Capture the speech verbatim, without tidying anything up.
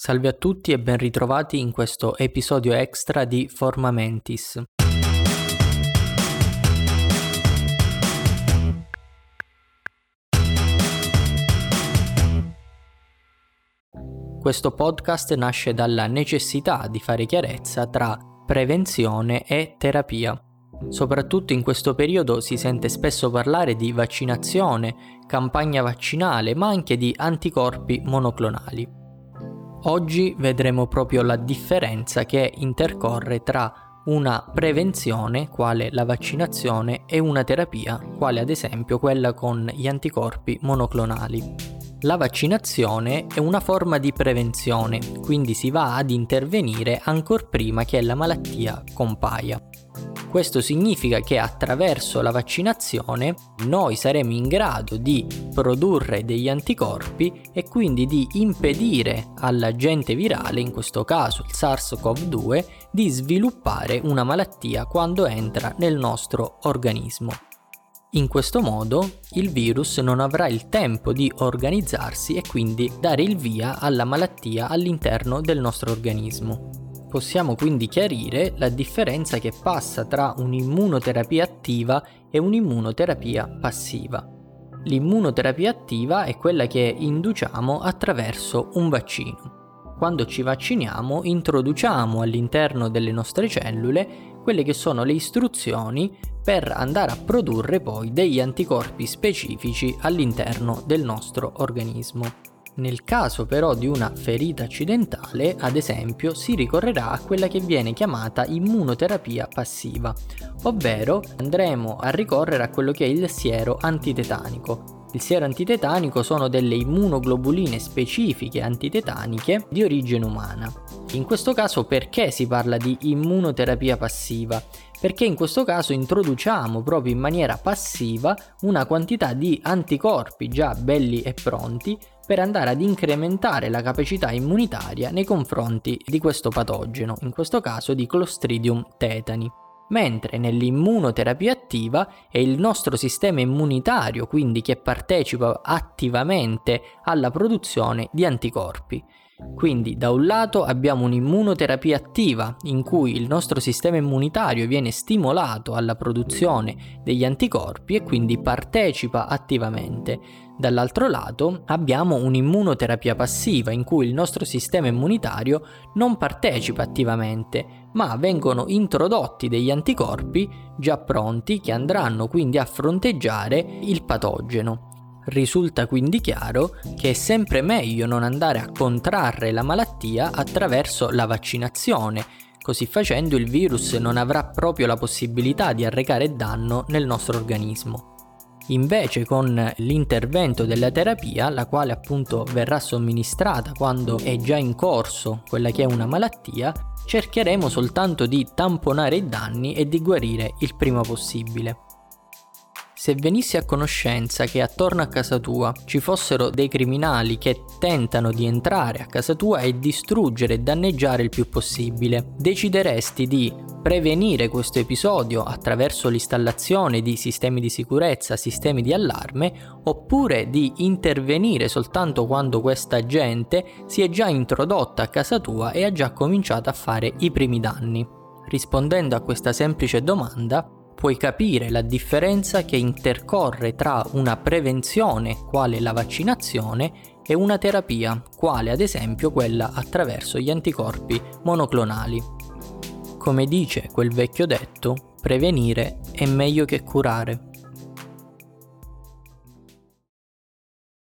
Salve a tutti e ben ritrovati in questo episodio extra di Forma Mentis. Questo podcast nasce dalla necessità di fare chiarezza tra prevenzione e terapia. Soprattutto in questo periodo si sente spesso parlare di vaccinazione, campagna vaccinale, ma anche di anticorpi monoclonali. Oggi vedremo proprio la differenza che intercorre tra una prevenzione, quale la vaccinazione, e una terapia, quale ad esempio quella con gli anticorpi monoclonali. La vaccinazione è una forma di prevenzione, quindi si va ad intervenire ancor prima che la malattia compaia. Questo significa che attraverso la vaccinazione noi saremo in grado di produrre degli anticorpi e quindi di impedire all'agente virale, in questo caso il SARS-CoV due, di sviluppare una malattia quando entra nel nostro organismo. In questo modo il virus non avrà il tempo di organizzarsi e quindi dare il via alla malattia all'interno del nostro organismo. Possiamo quindi chiarire la differenza che passa tra un'immunoterapia attiva e un'immunoterapia passiva. L'immunoterapia attiva è quella che induciamo attraverso un vaccino. Quando ci vacciniamo introduciamo all'interno delle nostre cellule quelle che sono le istruzioni per andare a produrre poi degli anticorpi specifici all'interno del nostro organismo. Nel caso però di una ferita accidentale, ad esempio, si ricorrerà a quella che viene chiamata immunoterapia passiva, ovvero andremo a ricorrere a quello che è il siero antitetanico. Il siero antitetanico sono delle immunoglobuline specifiche antitetaniche di origine umana. In questo caso perché si parla di immunoterapia passiva? Perché in questo caso introduciamo proprio in maniera passiva una quantità di anticorpi già belli e pronti per andare ad incrementare la capacità immunitaria nei confronti di questo patogeno, in questo caso di Clostridium tetani. Mentre nell'immunoterapia attiva è il nostro sistema immunitario quindi che partecipa attivamente alla produzione di anticorpi. Quindi da un lato abbiamo un'immunoterapia attiva in cui il nostro sistema immunitario viene stimolato alla produzione degli anticorpi e quindi partecipa attivamente. Dall'altro lato abbiamo un'immunoterapia passiva in cui il nostro sistema immunitario non partecipa attivamente, ma vengono introdotti degli anticorpi già pronti che andranno quindi a fronteggiare il patogeno. Risulta quindi chiaro che è sempre meglio non andare a contrarre la malattia attraverso la vaccinazione. Così facendo il virus non avrà proprio la possibilità di arrecare danno nel nostro organismo. Invece con l'intervento della terapia, la quale appunto verrà somministrata quando è già in corso quella che è una malattia, cercheremo soltanto di tamponare i danni e di guarire il prima possibile. Se venissi a conoscenza che attorno a casa tua ci fossero dei criminali che tentano di entrare a casa tua e distruggere e danneggiare il più possibile, decideresti di prevenire questo episodio attraverso l'installazione di sistemi di sicurezza, sistemi di allarme, oppure di intervenire soltanto quando questa gente si è già introdotta a casa tua e ha già cominciato a fare i primi danni? Rispondendo a questa semplice domanda, puoi capire la differenza che intercorre tra una prevenzione, quale la vaccinazione, e una terapia, quale ad esempio quella attraverso gli anticorpi monoclonali. Come dice quel vecchio detto, prevenire è meglio che curare.